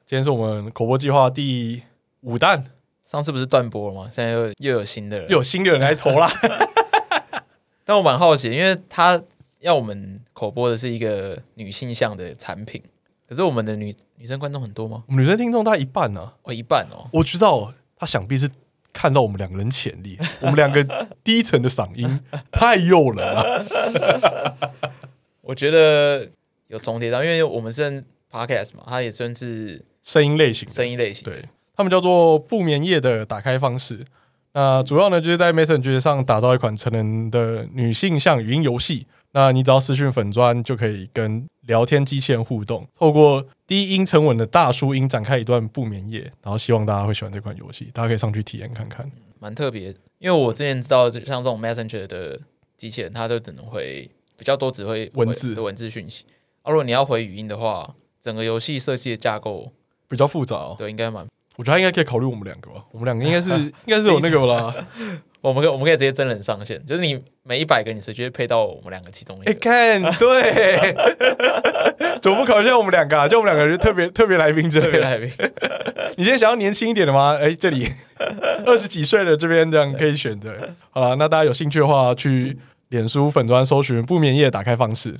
今天是我们口播计划第5弹， 上次不是断播了吗？现在又有新的人， 又有新的人来投啦。 但我蛮好奇，因为他要我们口播的是一个女性向的产品，可是我们的女生观众很多吗？ 我们女生听众大概一半呢、 哦，一半哦。 我知道他想必是看到我们2个人潜力，我们2个低沉的嗓音太诱人了。 我觉得有重叠到，因为我们是 podcast 嘛，它也算是声音类型，对，他们叫做不眠夜的打开方式。那主要呢，就是在 Messenger 上打造一款成人的女性向语音游戏。那你只要私讯粉专，就可以跟聊天机器人互动，透过低音沉稳的大叔音展开一段不眠夜。然后希望大家会喜欢这款游戏，大家可以上去体验看看。 蛮特别，因为我之前知道，像这种 Messenger 的机器人，它都只能回比较多，只会文字讯息。如果你要回语音的话，整个游戏设计的架构比较复杂哦。 对，应该蛮。 我觉得他应该可以考虑我们2个吧，我们2个应该是有那个啦。 我们可以直接真人上线，就是你每100个你随机配到我们2个其中一个。 看对，怎么不考虑一下我们2个啊？就我们2个人特别来宾之类的。 特别来宾， 你今天想要年轻一点的吗？这里20几岁的这边这样可以选择。好了，那大家有兴趣的话，去脸书粉专搜寻不眠夜打开方式。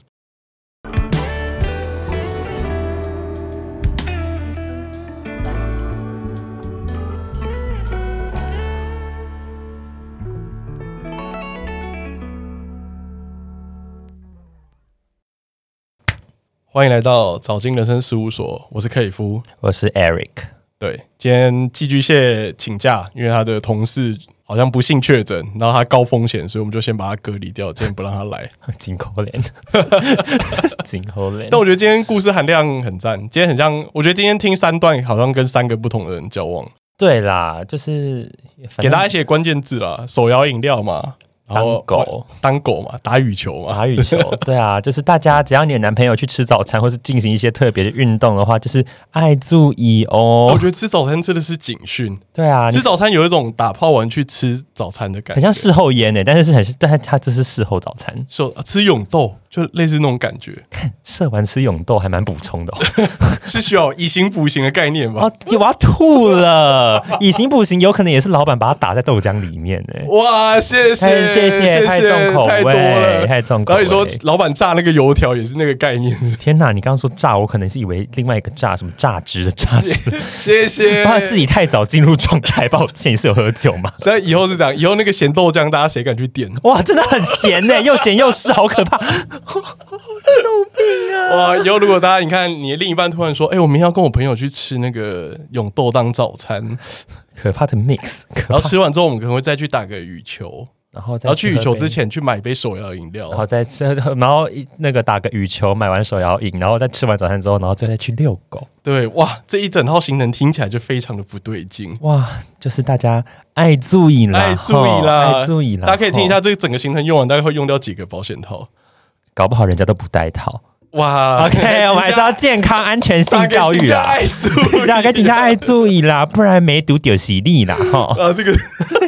欢迎来到早金人生事务所，我是克里夫， 我是 Eric。 对，今天寄居蟹请假，因为他的同事好像不幸确诊，然后他高风险，所以我们就先把他隔离掉，今天不让他来。 金口脸，金口脸。 但我觉得今天故事含量很赞，今天很像，我觉得今天听3段，好像跟3个不同的人交往。 对啦，就是给大家一些关键字啦，手摇饮料嘛。当狗嘛，打羽球嘛， 打羽球，对啊，就是大家只要你的男朋友去吃早餐，或是进行一些特别的运动的话，就是爱注意哦。 我觉得吃早餐真的是警讯。 对啊， 吃早餐有一种打炮完去吃早餐的感觉， 很像事后烟诶，但是它这是事后早餐。 吃永豆就类似那种感觉。 看射完吃永豆还蛮补充的哦， 是需要以形补形的概念吧？ 哦，我要吐了！以形补形有可能也是老板把它打在豆浆里面诶。 哇，谢谢， 太重口味， 太多了， 太重口味。 然后你说老板炸那个油条也是那个概念。 天哪，你刚刚说炸，我可能是以为另外一个炸，什么榨汁的榨汁。 谢谢。 怕自己太早进入状态，抱歉，你是有喝酒吗？ 但以后是这样，以后那个咸豆浆，大家谁敢去点？ 哇，真的很咸呢，又咸又湿，好可怕！救命啊！ 哇，以后如果大家你看你的另一半突然说，我明天要跟我朋友去吃那个永豆当早餐， 可怕的 mix。 然后吃完之后，我们可能会再去打个羽球。 然后去羽球之前去买一杯手摇饮料， 然后再吃，然后那个打个羽球，买完手摇饮，然后再吃完早餐之后，然后再去遛狗。 对，哇，这一整套行程听起来就非常的不对劲。 哇，就是大家爱注意啦， 爱注意啦，大家可以听一下这个整个行程用完大概会用掉几个保险套， 搞不好人家都不带套。 哇 ，OK， 我们还是要健康安全性教育啦，大家请爱注意啦，不然没毒丢洗力啦，哈。 这个。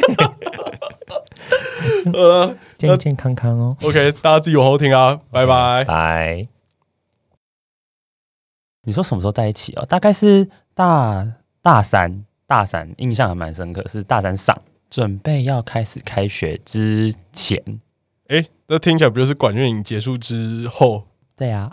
健健康康哦。 OK， 大家自己往后听啊，拜拜拜。你说什么时候在一起哦？大概是大三，印象还蛮深刻，是大3上，准备要开始开学之前。 那听起来不就是管乐营结束之后？ 对啊，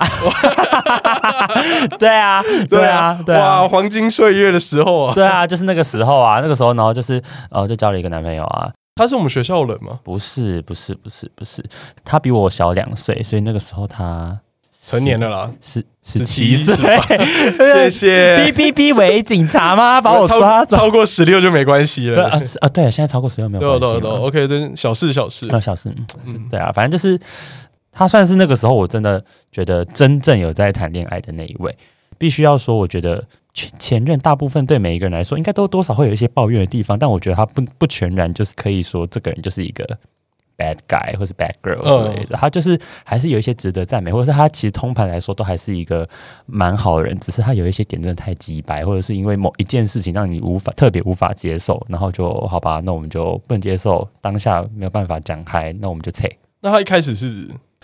对啊， 哇，黄金岁月的时候啊， 对啊，就是那个时候啊，然后就是就交了一个男朋友啊。 他是我们学校人吗？ 不是，他比我小2岁，所以那个时候他成年了啦 ，17岁。 谢谢。 哔伪警察吗？把我抓走。 超过16就没关系了。 对，现在超过16没有关系。 对 ，OK， 这小事。 对啊，反正就是他算是那个时候我真的觉得真正有在谈恋爱的那一位。必须要说，我觉得前任大部分对每一个人来说，应该都多少会有一些抱怨的地方，但我觉得他不全然就是可以说这个人就是一个 bad guy 或是 bad girl 之类的，他就是还是有一些值得赞美，或者是他其实通盘来说都还是一个蛮好的人，只是他有一些点真的太鸡掰，或者是因为某一件事情让你特别无法接受，然后就好吧，那我们就不能接受，当下没有办法讲开，那我们就撤。 那他一开始是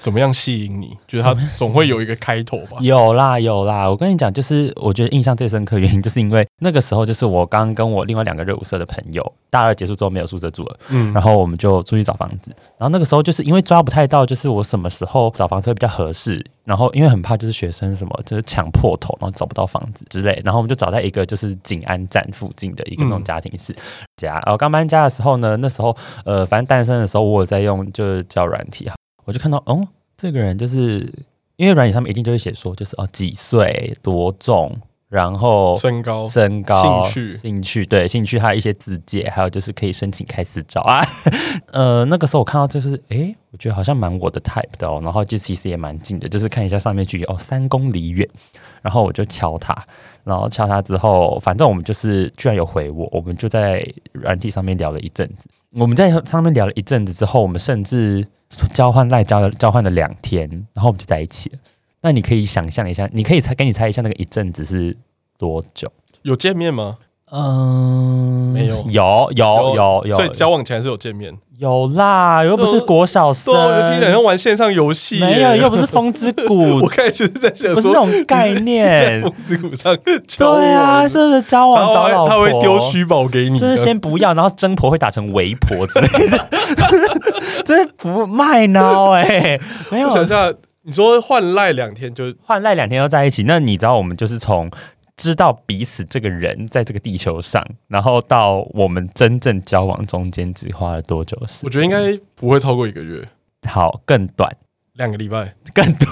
怎么样吸引你？就是他总会有一个开头吧？ 有啦，我跟你讲，就是我觉得印象最深刻的原因，就是因为那个时候就是我刚跟我另外2个热舞社的朋友，大2结束之后没有宿舍住了，然后我们就出去找房子，然后那个时候就是因为抓不太到，就是我什么时候找房子会比较合适，然后因为很怕就是学生什么就是抢破头，然后找不到房子之类，然后我们就找在一个就是景安站附近的一个那种家庭式家，然后刚搬家的时候呢，那时候反正单身的时候我有在用就是交友软体，我就看到这个人就是因为软体上面一定就会写说就是几岁多重，然后身高兴趣对兴趣，还有一些自介，还有就是可以申请开私照啊。那个时候我看到就是我觉得好像蛮我的 type 的然后就其实也蛮近的，就是看一下上面距离3公里远，然后我就敲他，然后敲他之后，反正我们就是居然有回我们就在软体上面聊了一阵子。我们在上面聊了一阵子之后，我们甚至交换了2天，然后我们就在一起了。那你可以想象一下，你可以给你猜一下那个一阵子是多久？ 有见面吗？没有， 有， 所以交往前还是有见面。 有啦，又不是国小生， 对，听起来像玩线上游戏， 没有，又不是风之谷。 我开始在想说， 不是那种概念， 风之谷上交往， 对啊，是不是交往找老婆？ 他会丢虚宝给你， 就是先不要，然后真婆会打成围婆之类的，这不卖孬没有。 我想一下，你说换赖2天就在一起，那你知道我们就是从知道彼此这个人在这个地球上，然后到我们真正交往中间只花了多久的时间？ 我觉得应该不会超过1个月。 好，更短 ，2个礼拜， 更短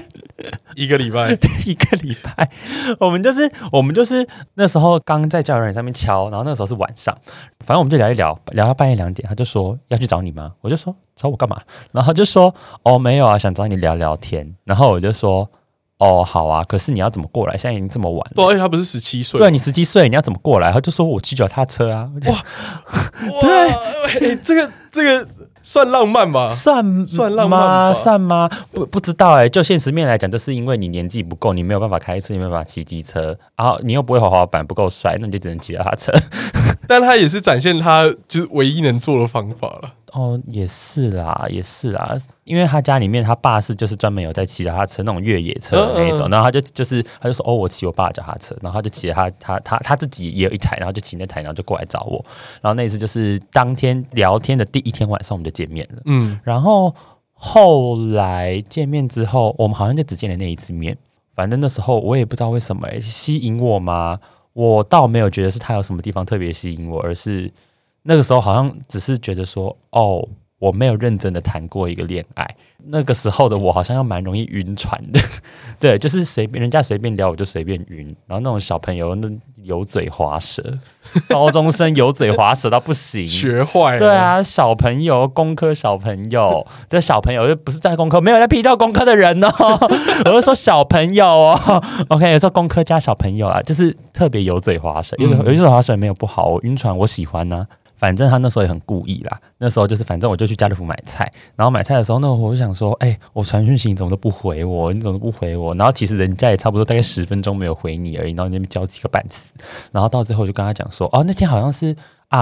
1个礼拜 ，1个礼拜。我们就是那时候刚在交友软件上面敲，然后那个时候是晚上，反正我们就聊一聊，聊到半夜2点，他就说要去找你吗？我就说找我干嘛？然后他就说没有啊，想找你聊聊天。然后我就说好啊，可是你要怎么过来？现在已经这么晚了。 对，而且他不是17岁。 对，你17岁，你要怎么过来？他就说我骑脚踏车啊。 哇，对，这个算浪漫吧？ 算浪漫吧？ 算吗？不知道就现实面来讲，就是因为你年纪不够，你没有办法开车，你没有办法骑机车，然后你又不会滑滑板，不够帅，那你就只能骑脚踏车。 但他也是展现他就是唯一能做的方法了。 也是啦，因为他家里面他爸是就是专门有在骑脚踏车那种越野车的那种，然后他就说我骑我爸的脚踏车，然后他就骑了他自己也有一台，然后就骑那台，然后就过来找我，然后那一次就是当天聊天的第1天晚上我们就见面了，然后后来见面之后，我们好像就只见了那一次面，反正那时候我也不知道为什么吸引我吗？我倒没有觉得是他有什么地方特别吸引我，而是那个时候好像只是觉得说我没有认真的谈过一个恋爱，那个时候的我好像要蛮容易晕船的，对，就是人家随便聊我就随便晕，然后那种小朋友那油嘴滑舌，高中生油嘴滑舌到不行， 学坏了， 对啊，小朋友工科小朋友的小朋友又不是在工科，没有在批斗工科的人我就说小朋友OK， 有时候工科加小朋友啊，就是特别油嘴滑舌，油嘴滑舌没有不好，我晕船我喜欢啊。反正他那时候也很故意啦，那时候就是反正我就去家乐福买菜，然后买菜的时候，那我就想说，我传讯息你怎么都不回我，你怎么都不回我？然后其实人家也差不多大概10分钟没有回你而已，然后你那边焦急个半死，然后到最后我就跟他讲说，那天好像是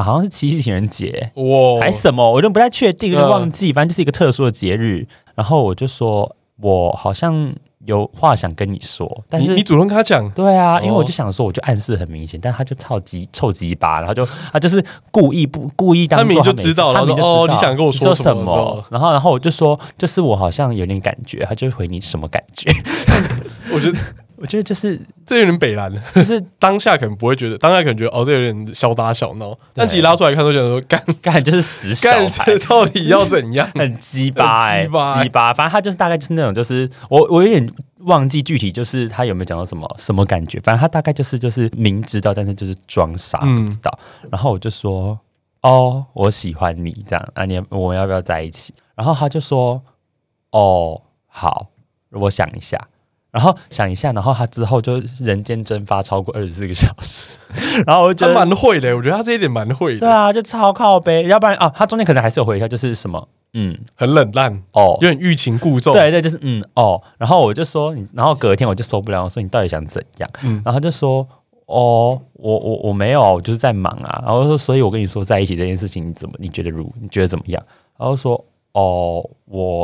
7夕情人节，还什么，我就不太确定，就忘记，反正就是一个特殊的节日，然后我就说我好像有话想跟你说，但是你主动跟他讲， 对啊，因为我就想说，我就暗示很明显，但他就臭鸡巴，然后他就是故意当作他明就知道，然后你想跟我说什么，然后我就说，就是我好像有点感觉，他就回你什么感觉？我觉得就是这有点北蓝，就是当下可能不会觉得，当下可能觉得这有点小打小闹，但其实拉出来看都觉得说干就是死小孩， 干到底要怎样？ 很鸡巴鸡巴，反正他就是大概就是那种，就是我有点忘记具体就是他有没有讲到什么感觉，反正他大概就是明知道，但是就是装傻不知道。然后我就说我喜欢你这样我们要不要在一起？然后他就说好，我想一下。然后想一下，然后他之后就人间蒸发超过24个小时，然后我觉得他蛮会的，我觉得他这一点蛮会的。 对啊，就超靠背，要不然他中间可能还是有回一下，就是什么很冷淡有点欲擒故纵。 对，就是然后我就说然后隔天我就受不了，我说你到底想怎样？然后他就说我没有，我就是在忙啊。然后说所以我跟你说在一起这件事情你觉得怎么样？然后说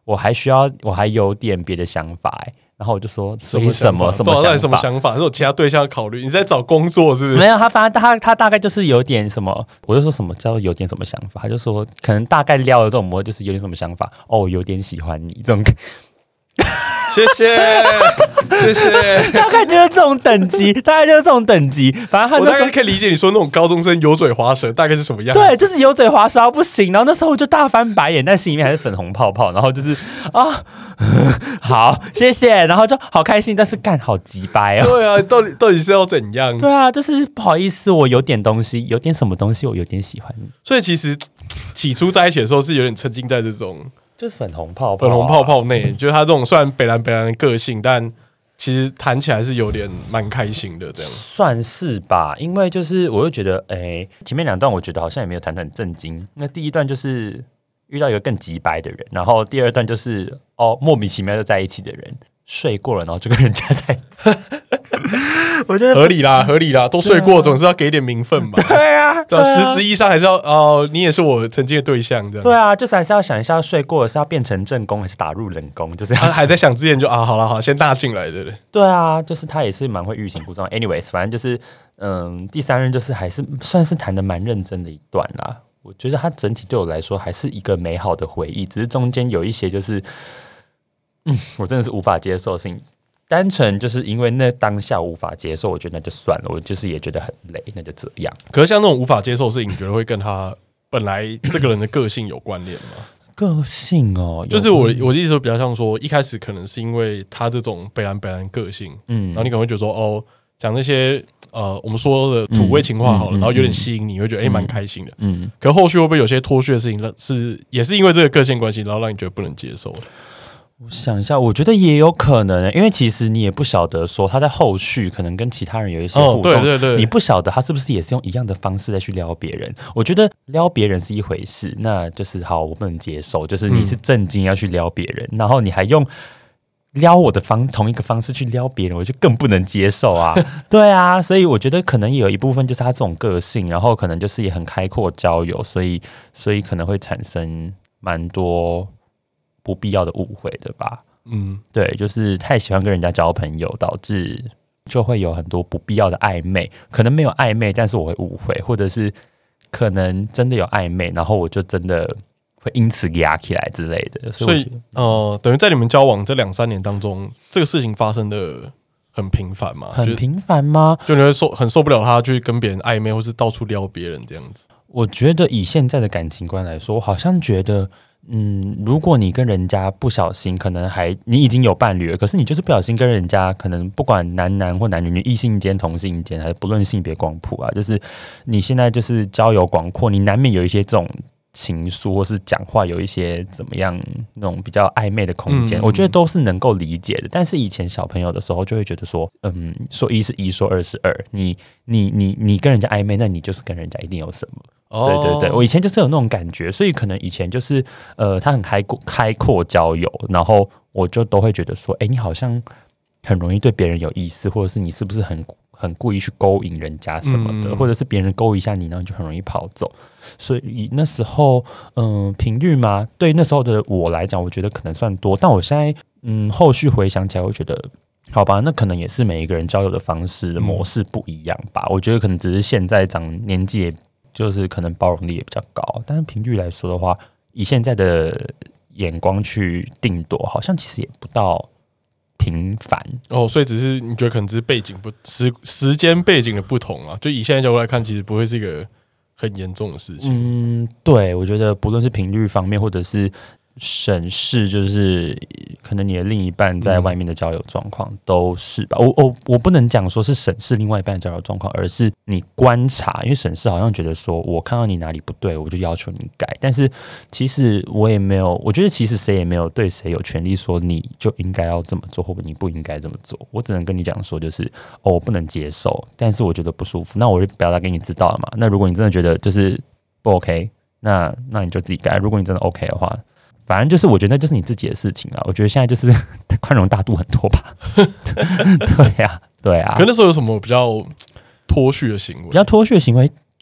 我还有点别的想法然后我就说，所以什么想法？什么想法？是有其他对象考虑？你在找工作是不是？ 没有，他大概就是有点什么，我就说什么叫有点什么想法，他就说可能大概撩的这种模就是有点什么想法哦，有点喜欢你这种。 谢谢， 大概就是这种等级，反正我大概可以理解你说那种高中生油嘴滑舌大概是什么样子。 对，就是油嘴滑舌到不行。然后那时候我就大翻白眼，但心里面还是粉红泡泡。然后就是好，谢谢，然后就好开心，但是干好鸡掰哦。 对啊，到底是要怎样？ 对啊，就是不好意思，我有点东西，有点什么东西，我有点喜欢你。 所以其实起初在一起的时候是有点沉浸在这种。 就是粉红泡泡内，就是他这种虽然北蓝的个性，但其实谈起来是有点蛮开心的，这样算是吧。因为就是我就觉得，前面2段我觉得好像也没有谈得很震惊。那第一段就是遇到一个更急掰的人，然后第二段就是莫名其妙就在一起的人，睡过了，然后就跟人家在一起。我觉得合理啦，都睡过，总是要给点名分嘛。 对啊， 实质意义上还是要你也是我曾经的对象，这样。 对啊，就是还是要想一下，睡过了是要变成正宫还是打入冷宫，就是还在想之前就好了，先大进来的。 对啊，就是他也是蛮会欲擒故纵。anyways， 反正就是第3任就是还是算是谈得蛮认真的一段啦。我觉得他整体对我来说还是一个美好的回忆，只是中间有一些就是我真的是无法接受的事情。单纯就是因为那当下无法接受，我觉得那就算了，我就是也觉得很累，那就这样。 可是像那种无法接受的事情，你觉得会跟他本来这个人的个性有关联吗？ 个性就是我的意思比较像说，一开始可能是因为他这种北蓝个性，然后你可能会觉得说，讲那些我们说的土味情话好了，然后有点吸引你，会觉得蛮开心的。可后续会不会有些脱序的事情，也是因为这个个性关系，然后让你觉得不能接受？ 我想一下，我觉得也有可能，因为其实你也不晓得说他在后续可能跟其他人有一些互动， 对， 你不晓得他是不是也是用一样的方式再去撩别人。我觉得撩别人是一回事，那就是好，我不能接受，就是你是正经要去撩别人，然后你还用撩我的同一个方式去撩别人，我就更不能接受啊。对啊，所以我觉得可能也有一部分就是他这种个性，然后可能就是也很开阔交友，所以可能会产生蛮多不必要的误会的吧。对，就是太喜欢跟人家交朋友，导致就会有很多不必要的暧昧，可能没有暧昧，但是我会误会，或者是可能真的有暧昧，然后我就真的会因此压起来之类的。 所以等于在你们交往这2-3年当中，这个事情发生的很频繁吗？ 很频繁吗？ 就你会很受不了他去跟别人暧昧，或是到处撩别人这样子？ 我觉得以现在的感情观来说，我好像觉得如果你跟人家不小心，可能你已经有伴侣了，可是你就是不小心跟人家，可能不管男或男女，异性间、同性间，还是不论性别光谱啊，就是你现在就是交友广阔，你难免有一些这种情书或是讲话有一些怎么样那种比较暧昧的空间，我觉得都是能够理解的。但是以前小朋友的时候就会觉得说，说1是1，说2是2，你跟人家暧昧，那你就是跟人家一定有什么。对，我以前就是有那种感觉，所以可能以前就是他很开阔交友，然后我就都会觉得说，你好像很容易对别人有意思，或者是你是不是很故意去勾引人家什么的，或者是别人勾一下你，然后你就很容易跑走。所以那时候频率嘛，对那时候的我来讲，我觉得可能算多，但我现在后续回想起来，我觉得好吧，那可能也是每一个人交友的方式的模式不一样吧。我觉得可能只是现在年纪也就是可能包容力也比较高，但是频率来说的话，以现在的眼光去定夺，好像其实也不到频繁所以只是你觉得可能只是背景时间背景的不同啊，就以现在角度来看，其实不会是一个很严重的事情。 对，我觉得不论是频率方面，或者是审视，就是可能你的另一半在外面的交友状况都是吧。我不能讲说是审视另外一半的交友状况，而是你观察，因为审视好像觉得说我看到你哪里不对，我就要求你改。但是其实我也没有，我觉得其实谁也没有对谁有权利说你就应该要这么做，或者你不应该这么做。我只能跟你讲说，就是我不能接受，但是我觉得不舒服，那我就表达给你知道了嘛。那如果你真的觉得就是不 OK，那你就自己改。如果你真的 OK 的话，反正就是我觉得那就是你自己的事情啊。我觉得现在就是宽容大度很多吧。对啊。 可那时候有什么比较脱序的行为？ 比较脱序的行为，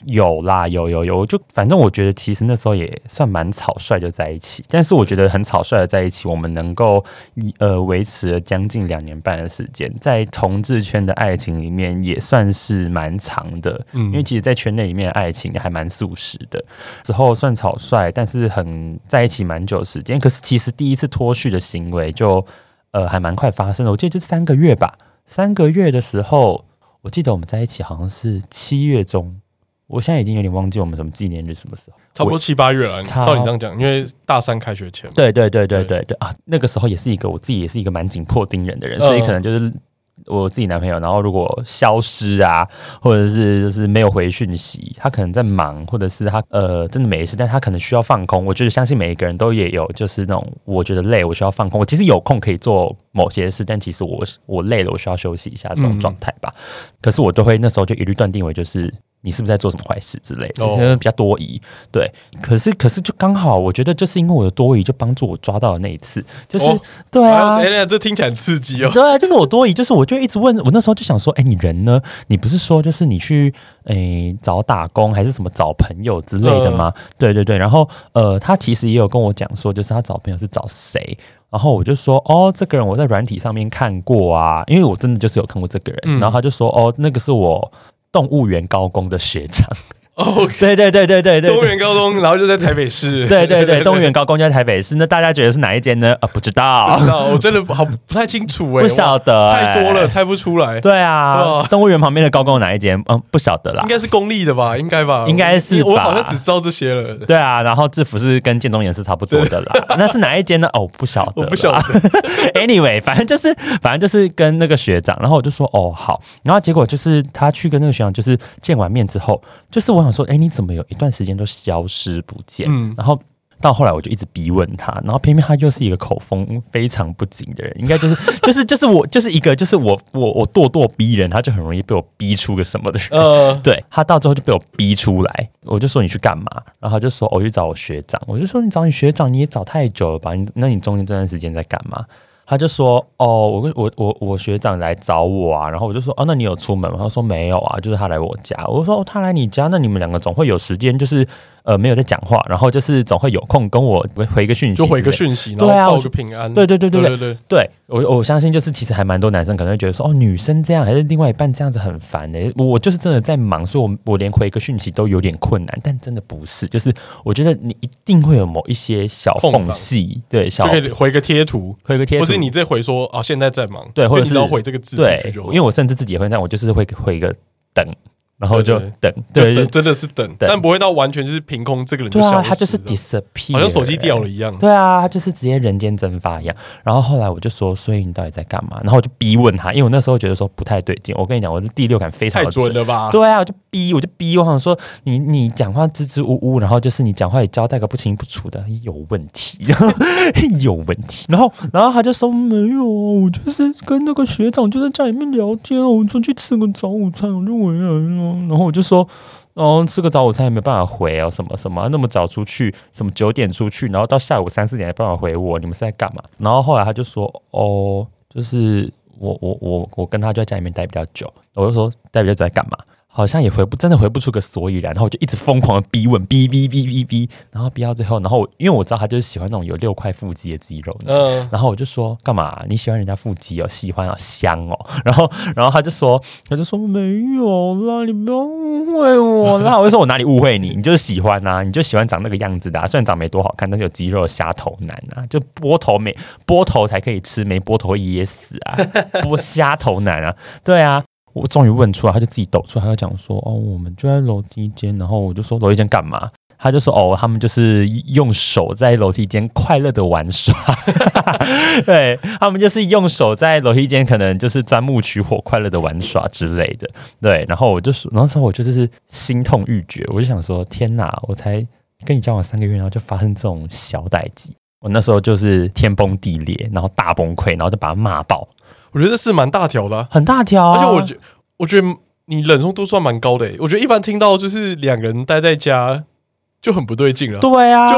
有啦，有，就反正我觉得其实那时候也算蛮草率就在一起，但是我觉得很草率的在一起，我们能够维持了将近2年半的时间，在同志圈的爱情里面也算是蛮长的，因为其实，在圈内里面的爱情还蛮速食的，之后算草率，但是很在一起蛮久的时间，可是其实第一次脱序的行为就还蛮快发生的，我记得就3个月吧，3个月的时候，我记得我们在一起好像是7月中。我现在已经有点忘记我们什么纪念日什么时候， 差不多7、8月了。照你这样讲，因为大3开学前。 对啊，那个时候我自己也是一个蛮紧迫盯人的人，所以可能就是我自己男朋友，然后如果消失啊，或者是就是没有回讯息，他可能在忙，或者是他真的没事，但他可能需要放空。我觉得相信每一个人都也有，就是那种我觉得累，我需要放空。我其实有空可以做某些事，但其实我累了，我需要休息一下这种状态吧。可是我都会那时候就一律断定为就是。你是不是在做什么坏事之类的？比较多疑，对。可是就刚好，我觉得就是因为我的多疑，就帮助我抓到了那一次，就是对啊， 这听起来很刺激哦。 对啊，就是我多疑，就是我就一直问，我那时候就想说，你人呢？你不是说就是你去找打工还是什么找朋友之类的吗？对。然后他其实也有跟我讲说，就是他找朋友是找谁。然后我就说，这个人我在软体上面看过啊，因为我真的就是有看过这个人。然后他就说，那个是我。动物园高工的学长 ，OK， 对，动物园高工，然后就在台北市， 对，动物园高工就在台北市，那大家觉得是哪一间呢？不知道， 我真的不太清楚不晓得， 太多了，猜不出来。 对啊，动物园旁边的高工哪一间？不晓得啦， 应该是公立的吧？应该吧？ 应该是吧？ 我好像只知道这些了。 对啊，然后制服是跟建中也是差不多的啦。那是哪一间呢？不晓得， 我不晓得。 Anyway， 反正就是跟那个学长，然后我就说好，然后结果就是他去跟那个学长就是见完面之后，就是我想说，你怎么有一段时间都消失不见？然后到后来我就一直逼问他，然后偏偏他又是一个口风非常不紧的人，应该就是我就是一个就是我咄逼人，他就很容易被我逼出个什么的人。对，他到最后就被我逼出来，我就说你去干嘛？然后他就说我去找我学长，我就说你找你学长你也找太久了吧？那你中间这段时间在干嘛？他就说我学长来找我啊，然后我就说那你有出门吗？他说没有啊，就是他来我家。我就说他来你家，那你们两个总会有时间，就是没有在讲话，然后就是总会有空跟我回个讯息， 就回个讯息，然后报个平安。 对，我相信就是其实还蛮多男生可能会觉得说女生这样还是另外一半这样子很烦我就是真的在忙，所以我连回个讯息都有点困难，但真的不是，就是我觉得你一定会有某一些小缝隙，对，就可以回个贴图，或是你再回说现在在忙， 对，或者是你只要回这个字出去就好。 因为我甚至自己也会这样，我就是会回一个等。然后就等， 对，真的是等，但不会到完全就是凭空这个人就消失， 他就是 disappear， 好像手机掉了一样。 对啊，他就是直接人间蒸发一样。然后后来我就说，所以你到底在干嘛？然后我就逼问他，因为我那时候觉得说不太对劲。我跟你讲，我的第六感非常太准了吧？ 对啊，我就逼，我想说你讲话支支吾吾，然后就是你讲话也交代个不清不楚的，有问题，有问题。然后他就说没有，我就是跟那个学长就在家里面聊天，我出去吃个早午餐我就回来了。然后我就说，吃个早午餐也没办法回什么什么，那么早出去，什么9点出去，然后到下午3、4点也没办法回我，你们是在干嘛？然后后来他就说，就是我跟他就在家里面待比较久，我就说待比较久在干嘛？好像也真的回不出个所以然，然后我就一直疯狂的逼问，逼，然后逼到最后，然后因为我知道他就是喜欢那种有6块腹肌的肌肉，然后我就说干嘛？你喜欢人家腹肌喜欢香然后他就说没有啦，你不要误会我啦。我就说我哪里误会你？你就是喜欢啊，你就喜欢长那个样子的虽然长没多好看，但是有肌肉的虾头男啊，就波头才可以吃，没波头会噎死啊，虾头男啊，对啊。我终于问出来，他就自己抖出来，他就讲说我们就在楼梯间，然后我就说楼梯间干嘛？他就说他们就是用手在楼梯间快乐的玩耍，对，他们就是用手在楼梯间可能就是钻木取火快乐的玩耍之类的，对，然后我就说，那时候我就是心痛欲绝，我就想说天哪，我才跟你交往3个月，然后就发生这种小代际，我那时候就是天崩地裂，然后大崩溃，然后就把他骂爆。 我觉得是蛮大条的很大条而且我觉得你忍受度算蛮高的我觉得一般听到就是2个人待在家就很不对劲了。 对啊，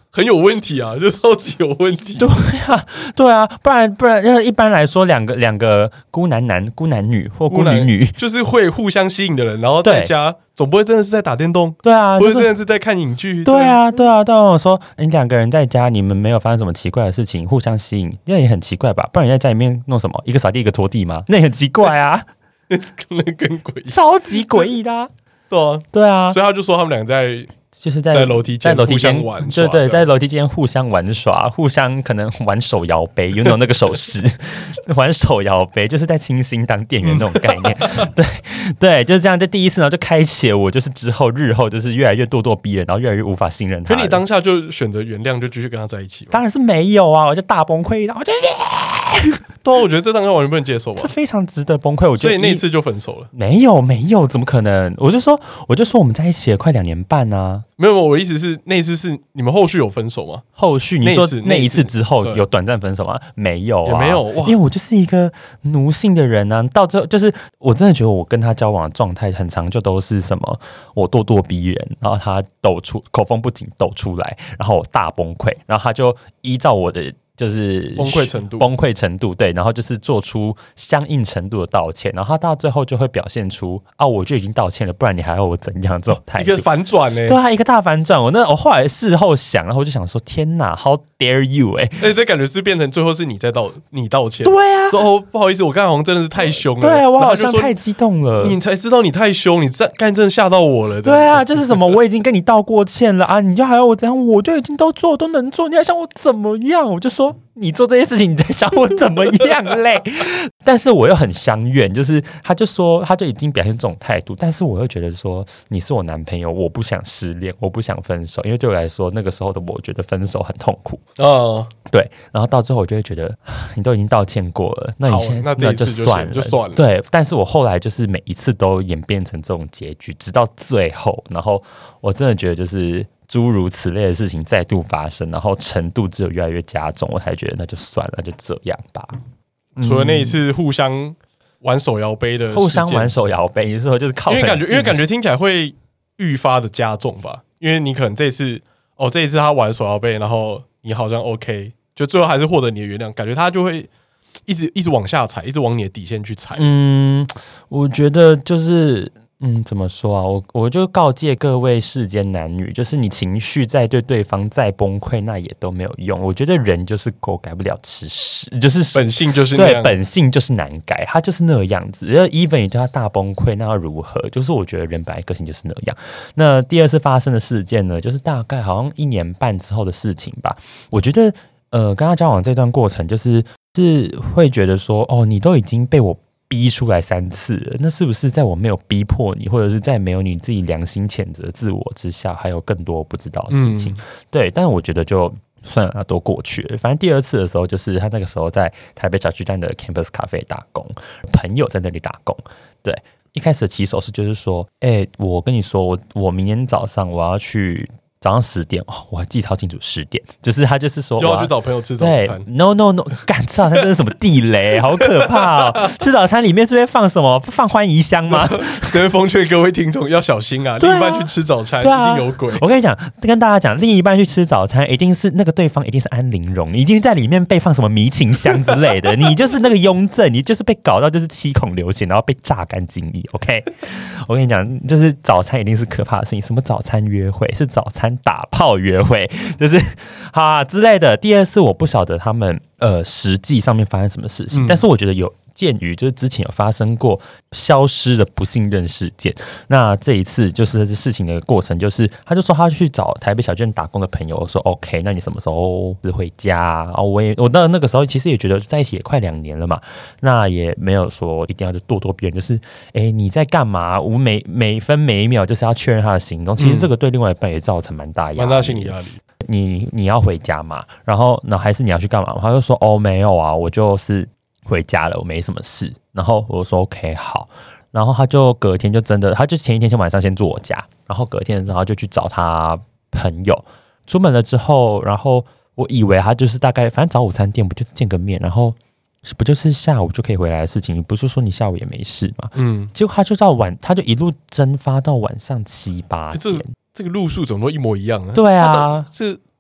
很有问题啊，就超级有问题。 对啊，不然，要一般来说，两个孤男女或孤女， 就是会互相吸引的人，然后在家总不会真的是在打电动， 对啊， 不是真的是在看影剧， 对啊。我说你两个人在家，你们没有发生什么奇怪的事情，互相吸引，那也很奇怪吧？不然你在家里面弄什么？一个扫地，一个拖地吗？那也很奇怪啊， 那更诡异， 超级诡异的啊。对啊， 所以他就说他们两个在楼梯间互相玩耍， 对，在楼梯间互相玩耍，互相可能玩手摇杯，有那个手势，玩手摇杯就是在清新当店员那种概念，对，就是这样。这第一次呢，就开启了我就是日后就是越来越咄咄逼人，然后越来越无法信任他。 可你当下就选择原谅，就继续跟他在一起吗？ 当然是没有啊，我就大崩溃，然后我就。 对啊，我觉得这当下完全不能接受吧， 这非常值得崩溃。我觉得所以那一次就分手了。 没有，怎么可能？我就说我们在一起了快2年半啊。 没有，我的意思是那一次是你们后续有分手吗？ 后续你说那一次之后有短暂分手吗？没有啊， 也没有哇。 因为我就是一个奴性的人啊，到最后就是我真的觉得我跟他交往的状态很长，就都是什么我咄咄逼人，然后他口风不紧抖出来，然后我大崩溃，然后他就依照我的。就是崩溃程度， 对，然后就是做出相应程度的道歉，然后他到最后就会表现出我就已经道歉了，不然你还要我怎样这种态度， 一个反转对啊，一个大反转。我后来事后想，然后我就想说，天哪 ，How dare you 这感觉是变成最后是你道歉， 对啊， 说不好意思，我刚才好像真的是太凶了， 对啊，我好像太激动了， 你才知道你太凶，你刚才真的吓到我了， 对啊，就是什么我已经跟你道过歉了啊，你就还要我怎样？我就已经都能做，你还想我怎么样？我就说。你做这些事情，你在想我怎么样嘞？但是我又很相怨，就是他就已经表现这种态度，但是我又觉得说你是我男朋友，我不想失恋，我不想分手，因为对我来说那个时候的我觉得分手很痛苦对，然后到最后我就会觉得你都已经道歉过了，那你现在那就算了， 对，但是我后来就是每一次都演变成这种结局，直到最后，然后我真的觉得就是诸如此类的事情再度发生，然后程度只有越来越加重，我才觉得那就算了，就这样吧。 除了那一次互相玩手摇杯的， 互相玩手摇杯，你说就是靠， 因为感觉听起来会愈发的加重吧，因为你可能这一次他玩手摇杯，然后你好像 OK， 就最后还是获得你的原谅，感觉他就会一直往下踩，一直往你的底线去踩。 我觉得就是怎么说啊？我就告诫各位世间男女，就是你情绪再对对方再崩溃，那也都没有用。我觉得人就是狗，改不了吃屎，就是本性就是那样， 对，本性就是难改，他就是那个样子。even 你对他大崩溃，那要如何？就是我觉得人本来个性就是那样。那第二次发生的事件呢，就是大概好像1年半之后的事情吧。我觉得跟他交往这段过程，是会觉得说，你都已经被我逼出来3次了，那是不是在我没有逼迫你，或者是在没有你自己良心谴责自我之下，还有更多不知道的事情？对，但是我觉得就算了，都过去了。反正第2次的时候，就是他那个时候在台北小巨蛋的 Campus Cafe 打工，朋友在那里打工。对，一开始的起手是就是说，我跟你说，我明天早上我要去。早上10点我还记超清楚10点，就是他就是说又要去找朋友吃早餐。 No， 干吃早餐这是什么地雷，好可怕哦！吃早餐里面是不是放什么？放欢宜香吗？ 这边奉劝各位听众要小心啊！另一半去吃早餐，一定有鬼。 我跟你讲，跟大家讲，另一半去吃早餐，一定是那个对方一定是安陵容，你一定在里面被放什么迷情香之类的，你就是那个雍正，你就是被搞到就是7孔流血，然后被榨干精液。OK， 我跟你讲，就是早餐一定是可怕的事情，什么早餐约会是早餐。打炮约会就是之类的。第2次我不晓得他们实际上面发生什么事情，但是我觉得有鉴于就是之前有发生过消失的不信任事件，那这一次就是这事情的过程，就是他就说他去找台北小巨蛋打工的朋友，我说 OK， 那你什么时候回家我到那个时候其实也觉得在一起也快2年了嘛，那也没有说一定要就咄咄逼人，就是你在干嘛？我每分每一秒就是要确认他的行动，其实这个对另外一半也造成蛮大压力， 蛮大心理压力。 你要回家嘛？然后还是你要去干嘛？他就说没有啊，我就是回家了，我没什么事。然后我说 OK 好，然后他就隔天就真的，他就前一天晚上先住我家，然后隔天然后就去找他朋友。出门了之后，然后我以为他就是大概反正找午餐店不就是见个面，然后不就是下午就可以回来的事情？你不是说你下午也没事吗？结果他就一路蒸发到晚上7、8点。 这个路数怎么都一模一样啊？ 对啊， 是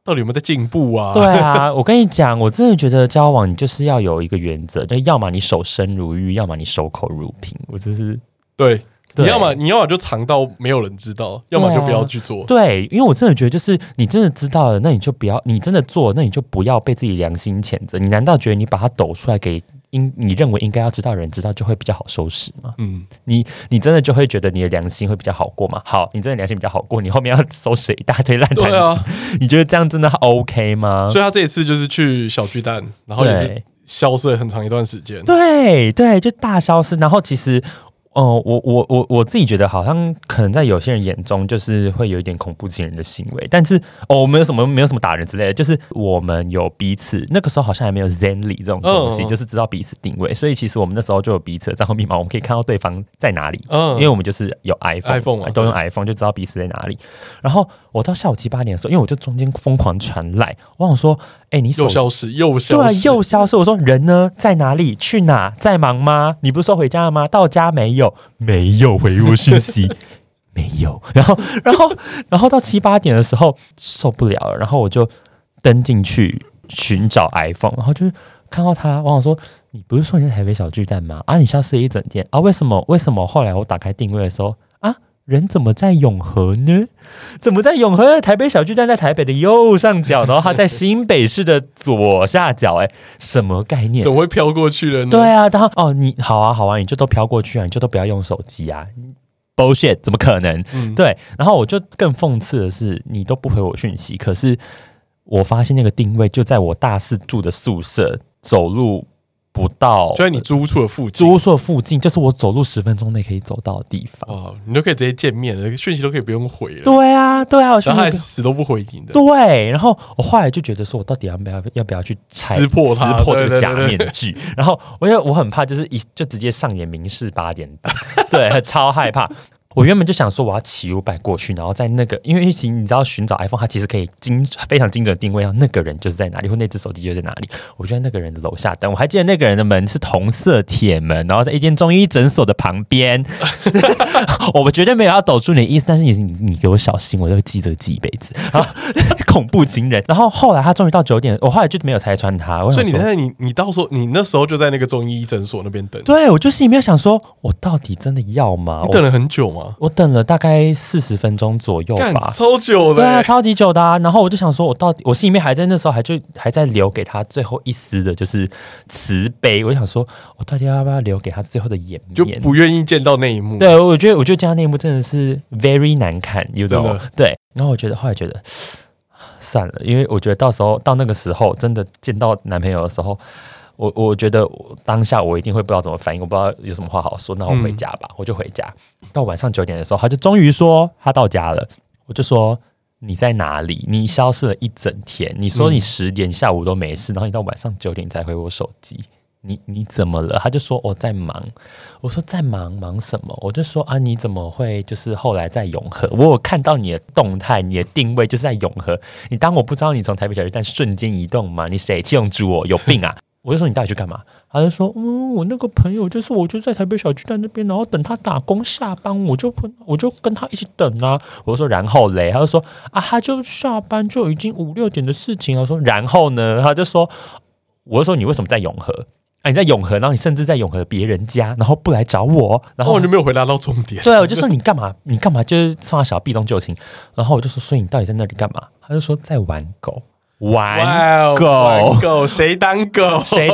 到底有没有在进步啊？ 对啊，我跟你讲，我真的觉得交往你就是要有一个原则，就要么你守身如玉，要么你守口如瓶。我只是对。你要么就藏到没有人知道，要么就不要去做。 对，因为我真的觉得，就是你真的知道了，那你就不要；你真的做，那你就不要被自己良心谴责。你难道觉得你把它抖出来给你认为应该要知道的人知道，就会比较好收拾吗？你真的就会觉得你的良心会比较好过吗？好，你真的良心比较好过，你后面要收拾一大堆烂摊子，你觉得这样真的 OK 吗？ 所以他这一次就是去小巨蛋，然后也是消失了很长一段时间。 对，就大消失。然后其实。我自己觉得好像可能在有些人眼中就是会有一点恐怖情人的行为，但是没有什么打人之类的，就是我们有彼此那个时候好像还没有 Zenly 这种东西，就是知道彼此定位，所以其实我们那时候就有彼此的账号密码，我们可以看到对方在哪里，因为我们就是有 iPhone 都用 iPhone 就知道彼此在哪里。然后我到下午7、8点的时候，因为我就中间疯狂传赖，我想说，你又消失， 对，又消失。我说人呢，在哪里？去哪？在忙吗？你不是说回家了吗？到家没有？没有回我讯息，没有。然后到7、8点的时候受不了了，然后我就登进去寻找 iPhone， 然后就看到他，我想说，你不是说你在台北小巨蛋吗？啊，你消失了一整天啊？为什么后来我打开定位的时候啊？人怎么在永和呢？怎么在永和？台北小巨蛋在台北的右上角，然后它在新北市的左下角。什么概念？ 怎么会飘过去了呢？ 对啊，然后你好啊，你就都飘过去啊，你就都不要用手机啊。bullshit， 怎么可能？对。然后我就更讽刺的是，你都不回我讯息，可是我发现那个定位就在我大4住的宿舍，走路不到， 就在你租屋处的附近。 租屋处的附近，就是我走路10分钟内可以走到的地方。 你都可以直接见面了，讯息都可以不用回了。 对啊，然后他还死都不回你的。 对，然后我后来就觉得说，我到底要不要去撕破这个假面具？然后我很怕，就是就直接上演民视8点档，对，超害怕。我原本就想说我要骑500过去，然后在那个，因为你知道寻找 iPhone， 它其实可以非常精准的定位到那个人就是在哪里，或那只手机就在哪里。我就在那个人的楼下等，我还记得那个人的门是同色铁门，然后在一间中医诊所的旁边。我绝对没有要抖出你的意思，但是你给我小心，我就会记一辈子。恐怖情人。然后后来他终于到9点，我后来就没有拆穿他。 所以你到时候你那时候就在那个中医诊所那边等。 对，我就心里面想说，我到底真的要吗？ 你等了很久吗？ 我等了大概40分钟左右吧， 超久的。 对啊，超级久的啊。然后我就想说，我心里面还在那时候还在留给他最后一丝的，就是慈悲。我就想说，我到底要不要留给他最后的颜面？ 就不愿意见到那一幕。 对，我觉得见到那一幕真的是 very 难看，有种对。然后后来觉得算了，因为我觉得到那个时候，真的见到男朋友的时候。我觉得当下我一定会不知道怎么反应，我不知道有什么话好说，那我回家吧，我就回家。到晚上9点的时候，他就终于说他到家了，我就说你在哪里？你消失了一整天，你说你10点下午都没事，然后你到晚上9点才回我手机，你怎么了？他就说我在忙，我说在忙什么？我就说啊，你怎么会就是后来在永和？我有看到你的动态，你的定位就是在永和，你当我不知道你从台北小巨蛋瞬间移动吗？你谁气用猪哦？有病啊！我就说你到底去干嘛？他就说我那个朋友我就在台北小巨蛋那边，然后等他打工下班，我就跟他一起等啊。我就说然后嘞，他就说啊，他就下班就已经5、6点的事情了。我说然后呢？他就说，我就说你为什么在永和？你在永和，然后你甚至在永和别人家，然后不来找我，然后我就没有回答到重点。 对，我就说你干嘛？就是送他小避重就轻。然后我就说，所以你到底在那里干嘛？他就说在玩狗。玩狗， 谁当狗？ 谁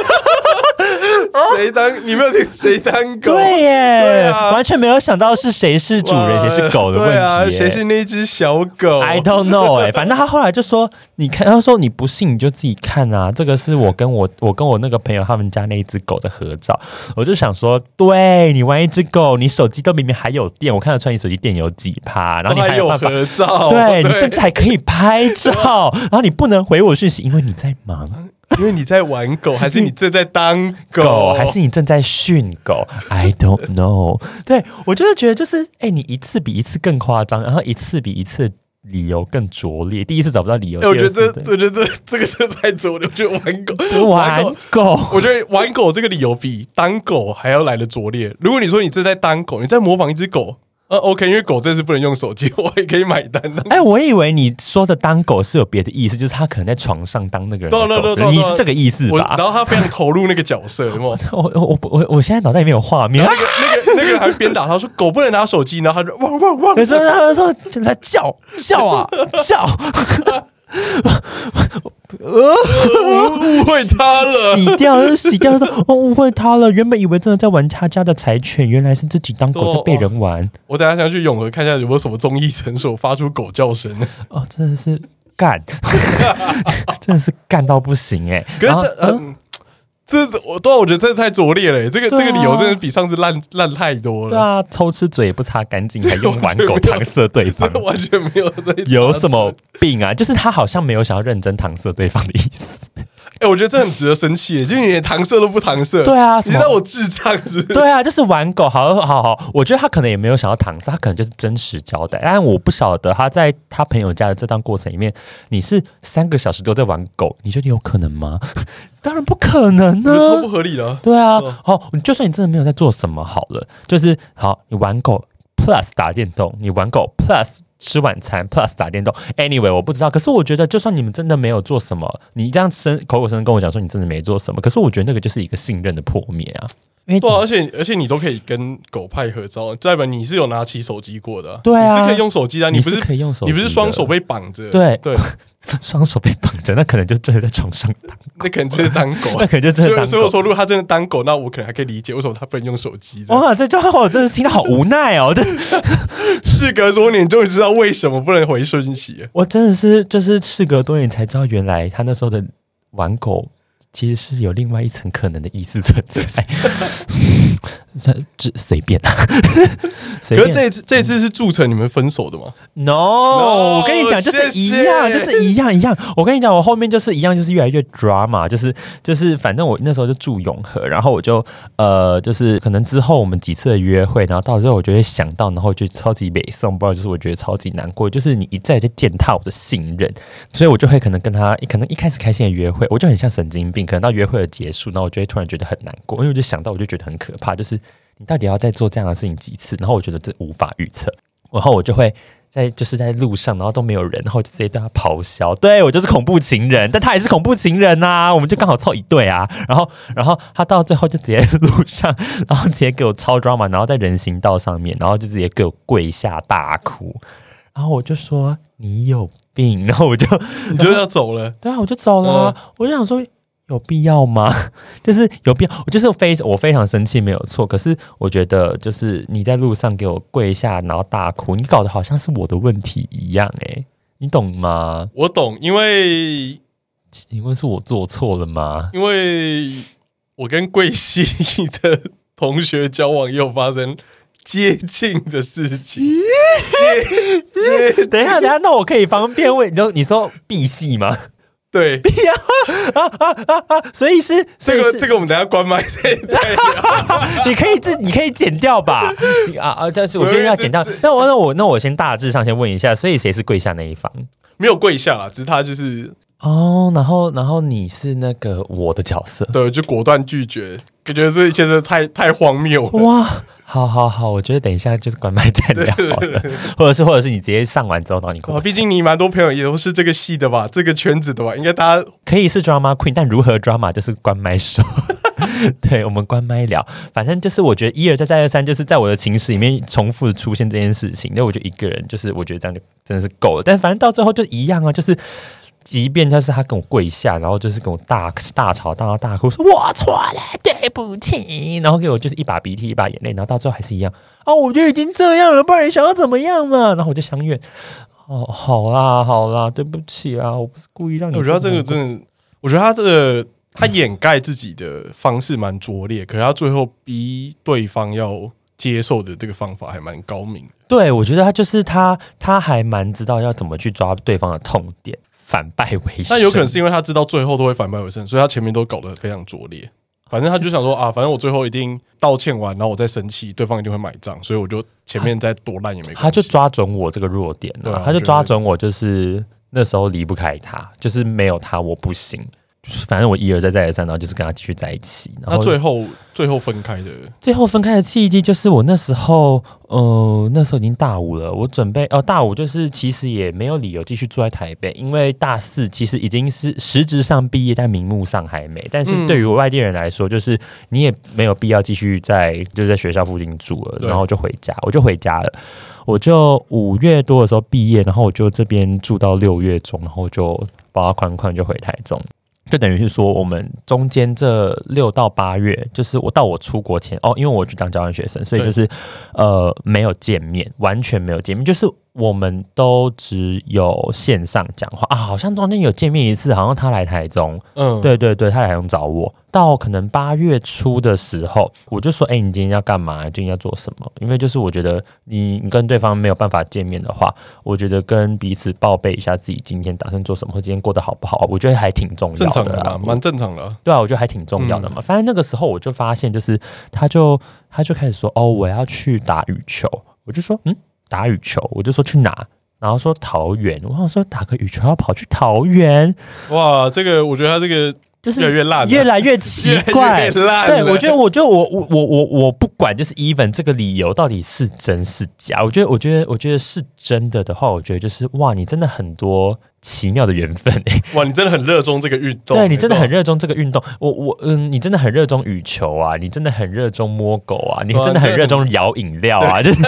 当？ 你没有听谁当狗？ 对耶，完全没有想到是谁是主人，谁是狗的问题。对啊， 谁是那只小狗 ？I don't know 反正他后来就说，你看，他说你不信你就自己看啊，这个是我跟我那个朋友他们家那一只狗的合照。我就想说，对你玩一只狗，你手机都明明还有电，我看得出来你手机电有几%，然后你还有办法合照， 对你甚至还可以拍照，然后你不能回我讯息，因为你在忙。 因为你在玩狗，还是你正在当狗， 还是你正在训狗 ？I don't know 。对，我就是觉得，就是你一次比一次更夸张，然后一次比一次理由更拙劣。第一次找不到理由， 我觉得这个真的太拙劣。我觉得玩狗， 我觉得玩狗这个理由比当狗还要来的拙劣。如果你说你正在当狗，你在模仿一只狗， OK， 因为狗这次不能用手机，我也可以买单。 我以为你说的当狗是有别的意思，就是他可能在床上当那个人的狗，你是这个意思吧？ 然后他非常投入那个角色，有没有？ 我现在脑袋里面有画面。 那个人还边打他说狗不能拿手机，然后他就汪。 可是他说他叫啊叫。 误会他了， 洗掉说误会他了。原本以为真的在玩他家的柴犬，原来是自己当狗在被人玩。 我等一下想去永和看一下有没有什么综艺诊所发出狗叫声。 真的是干，真的是干到不行可是我觉得真的太拙劣了。这个理由真的比上次烂太多了。 对啊，偷吃嘴也不擦干净，还用玩狗搪塞对方， 完全没有在有什么病啊？就是他好像没有想要认真搪塞对方的意思。 我觉得这很值得生气，就是你连搪塞都不搪塞。 对啊， 你让我智障是不是？ 对啊，就是玩狗，好，我觉得他可能也没有想要搪塞，他可能就是真实交代。但我不晓得他在他朋友家的这段过程里面，你是3个小时都在玩狗，你觉得有可能吗？当然不可能啊， 超不合理的。 对啊，就算你真的没有在做什么好了，就是好，你玩狗 plus 打电动，你玩狗 plus 吃晚餐 plus 打电动 ，anyway 我不知道，可是我觉得就算你们真的没有做什么，你这样口口声声跟我讲说你真的没做什么，可是我觉得那个就是一个信任的破灭啊。 对啊，而且你都可以跟狗派合照，代表你是有拿起手机过的。 对啊， 你是可以用手机的， 你是可以用手机， 你不是双手被绑着。 对，双手被绑着，那可能就真的在床上当狗， 那可能就是当狗， 那可能就真的当狗。 所以我说，如果他真的当狗，那我可能还可以理解为什么他不能用手机。 哇，这句话我真的听到好无奈哦。 事隔多年，终于知道为什么不能回讯息。 我真的是就是事隔多年才知道，原来他那时候的玩狗其实是有另外一层可能的意思存在。这随便啊。可是这一次是铸成你们分手的吗 ？No， 我跟你讲，就是一样，就是一样。我跟你讲，我后面就是一样，就是越来越 drama，就是，反正我那时候就住永和，然后我就就是可能之后我们几次的约会，然后到最后我就会想到，然后就超级北宋，不知道就是我觉得超级难过，就是你一再在践踏我的信任，所以我就会可能跟他可能一开始开心的约会，我就很像神经病，可能到约会的结束，然后我就会突然觉得很难过，因为我就想到我就觉得很可怕，就是。你到底要再做这样的事情几次？然后我觉得这无法预测，然后我就会在路上，然后都没有人，然后就直接对他咆哮。对我就是恐怖情人，但他也是恐怖情人啊，我们就刚好凑一对啊。然后他到最后就直接路上，然后直接给我超 drama， 然后在人行道上面，然后就直接给我跪下大哭。然后我就说你有病，然后你就要走了。 对啊，我就走了啊。我就想说。有必要吗？就是有必要，我非常生气，没有错。可是我觉得，就是你在路上给我跪下，然后大哭，你搞得好像是我的问题一样，你懂吗？ 我懂，因为是我做错了吗？ 因为我跟贵系的同学交往，也有发生接近的事情。 等一下，那我可以方便问你说 B 系吗？ 对， 所以是这个，我们等一下关麦再聊。 你可以剪掉吧？但是我觉得要剪掉。那我先大致上先问一下，所以谁是跪下那一方？ 没有跪下啦，只是他就是然后你是那个我的角色， 对，就果断拒绝，感觉这一切真的太荒谬了。 哇！好，我觉得等一下就是关麦再聊好了，或者是你直接上完之后，然后你关。 毕竟你蛮多朋友也都是这个系的吧，这个圈子的吧，应该大家可以是 drama queen， 但如何 drama 就是关麦说。对，我们关麦聊，反正就是我觉得一而再再而三，就是在我的情史里面重复的出现这件事情，那我就一个人，就是我觉得这样就真的是够了，但反正到最后就一样啊，就是。即便就是他跟我跪下，然后就是跟我大吵大哭，说我错了，对不起，然后给我就是一把鼻涕一把眼泪，然后到最后还是一样啊，我就已经这样了，不然你想要怎么样嘛？然后我就相怨，好啦，对不起啦，我不是故意让你。 我觉得这个真的，我觉得他掩盖自己的方式蛮拙劣，可是他最后逼对方要接受的这个方法还蛮高明的。 对，我觉得他就是他还蛮知道要怎么去抓对方的痛点。反败为胜， 那有可能是因为他知道最后都会反败为胜，所以他前面都搞得非常拙劣。反正他就想说反正我最后一定道歉完，然后我再生气，对方一定会买账，所以我就前面再多烂也没关系。 他就抓准我这个弱点他就抓准我就是那时候离不开他，就是没有他我不行。 就是反正我一而再再而三，然后就是跟他继续在一起。然后那最后分开的契机就是我那时候已经大五了，我准备大五就是其实也没有理由继续住在台北，因为大四其实已经是实质上毕业，但名目上还没。但是对于我外地人来说，就是你也没有必要继续在学校附近住了，然后我就回家了。我就5月多的时候毕业，然后我就这边住到6月中，然后就包括款就回台中。就等于是说，我们中间这6到8月，就是我出国前因为我去当交换学生，所以就是没有见面，完全没有见面，就是我们都只有线上讲话啊，好像中间有见面一次，好像他来台中，对，他来台中找我，到可能8月初的时候，我就说，你今天要干嘛？最近要做什么？因为就是我觉得你跟对方没有办法见面的话，我觉得跟彼此报备一下自己今天打算做什么，或今天过得好不好，我觉得还挺重要的， 正常的，蛮正常的。 对啊，我觉得还挺重要的嘛。反正那个时候我就发现，就是他就开始说，我要去打羽球，我就说打羽球，我就说去哪？然后说桃园，我想说打个羽球要跑去桃园， 哇，这个我觉得他这个就是越来越烂， 越来越奇怪。 越烂对，我觉得我不管，就是 even 这个理由到底是真是假，我觉得是真的话，我觉得就是哇，你真的很多奇妙的缘分哇，你真的很热衷这个运动， 对你真的很热衷这个运动，你真的很热衷羽球啊，你真的很热衷摸狗啊，你真的很热衷摇饮料啊，就是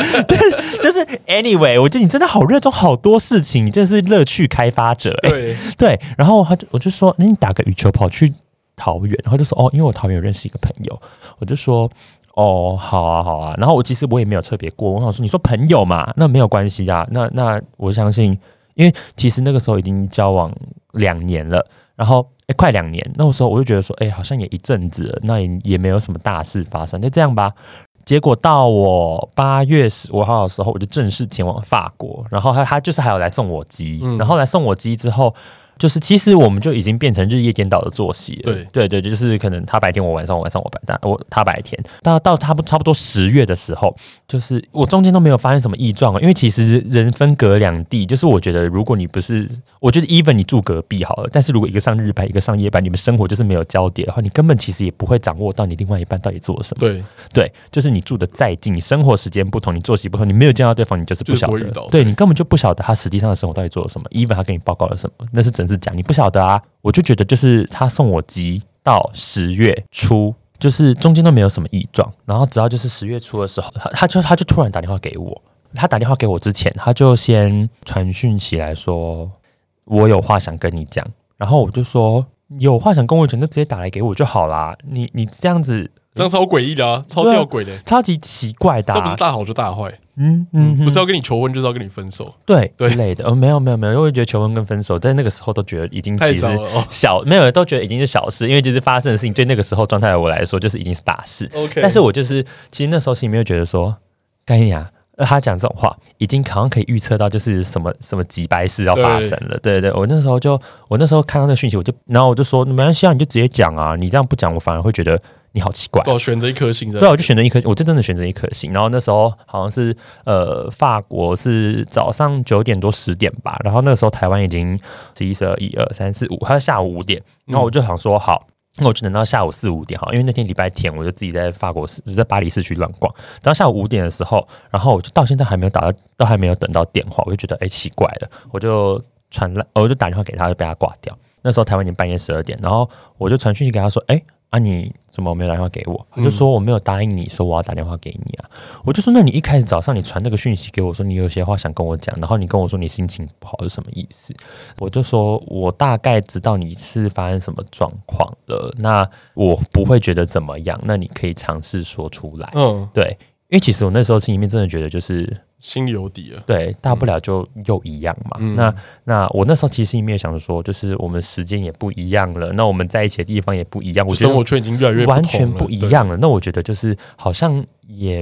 anyway， 我觉得你真的好热衷好多事情，你真的是乐趣开发者对，然后我就说，那你打个羽球跑去桃园，然后就说因为我桃园有认识一个朋友，我就说好啊，然后其实我也没有特别过，我想说你说朋友嘛，那没有关系啊，那我相信。因为其实那个时候已经交往2年了，然后快2年，那个时候我就觉得说，好像也一阵子了，那也没有什么大事发生，就这样吧。结果到我8月15号的时候，我就正式前往法国，然后他就是还有来送我机，然后来送我机之后。就是其实我们就已经变成日夜颠倒的作息了，对，就是可能他白天我晚上，他白天。到差不多10月的时候，就是我中间都没有发生什么异状，因为其实人分隔两地，就是我觉得如果你不是，我觉得 even 你住隔壁好了，但是如果一个上日班，一个上夜班，你们生活就是没有交叠的话，你根本其实也不会掌握到你另外一半到底做了什么。对，就是你住的再近，你生活时间不同，你作息不同，你没有见到对方，你就是不晓得，对你根本就不晓得他实际上的生活到底做了什么 ，even 他跟你报告了什么，那是真是假，你不晓得啊。我就觉得就是他送我机到10月初，就是中间都没有什么异状，然后直到就是10月初的时候，他就突然打电话给我。他打电话给我之前，他就先传讯息来说，我有话想跟你讲。然后我就说，有话想跟我讲，就直接打来给我就好啦。你这样子， 这样超诡异的啊，超吊诡的， 超级奇怪的、啊。 这不是大好就大坏，不是要跟你求婚，就是要跟你分手， 对之类的。没有，因为我觉得求婚跟分手，在那个时候都觉得已经其实没有都觉得已经是小事，因为就是发生的事情，对那个时候状态的我来说，就是已经是大事。但是我就是其实那时候心里面觉得说，干你啊！他讲这种话，已经好像可以预测到，就是什么几白事要发生了。对，我那时候看到那个讯息，然后我就说，没关系啊，你就直接讲啊，你这样不讲，我反而会觉得你好奇怪。 选择一颗星， 对，我就选择一颗星，我真的选择一颗星。然后那时候好像是法国是早上9点多10点吧，然后那个时候台湾已经11、12、1、2、3、4、5，还是下午5点。然后我就想说好。那我就等到下午4、5点好，因为那天礼拜天，我就自己在在巴黎市区乱逛。等到下午5点的时候，然后我就到现在还没有都还没有等到电话，我就觉得奇怪了，我就打电话给他，就被他挂掉。那时候台湾已经半夜12点，然后我就传讯息给他说，你怎么没有打电话给我？他就说我没有答应你说我要打电话给你啊。我就说那你一开始早上你传那个讯息给我说你有些话想跟我讲，然后你跟我说你心情不好是什么意思？我就说我大概知道你是发生什么状况了，那我不会觉得怎么样，那你可以尝试说出来。对，因为其实我那时候心里面真的觉得就是心里有底了， 对，大不了就又一样嘛。那我那时候其实心里面想说，就是我们时间也不一样了，那我们在一起的地方也不一样，我觉得生活圈已经越来越完全不一样了。那我觉得就是好像也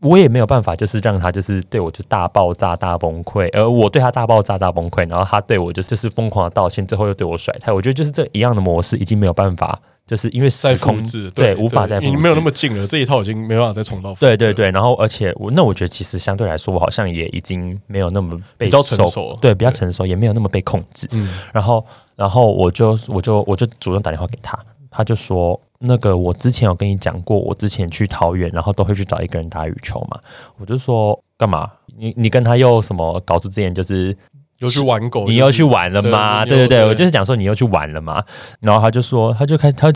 我也没有办法，就是让他就是对我就大爆炸大崩溃，而我对他大爆炸大崩溃，然后他对我就是疯狂的道歉，最后又对我甩态。我觉得就是这一样的模式已经没有办法，就是因为时空对无法再复制， 没有那么近了，这一套已经没办法再重蹈覆辙。 对对对，然后而且我觉得其实相对来说，我好像也已经没有那么被比较成熟， 对，比较成熟，也没有那么被控制。然后我就主动打电话给他，他就说。那个我之前有跟你讲过，我之前去桃园，然后都会去找一个人打羽球嘛。我就说干嘛？你跟他又什么搞出之前就是又去玩狗， 你又去玩了吗？对对对，我就是讲说你又去玩了嘛。然后他就说，他就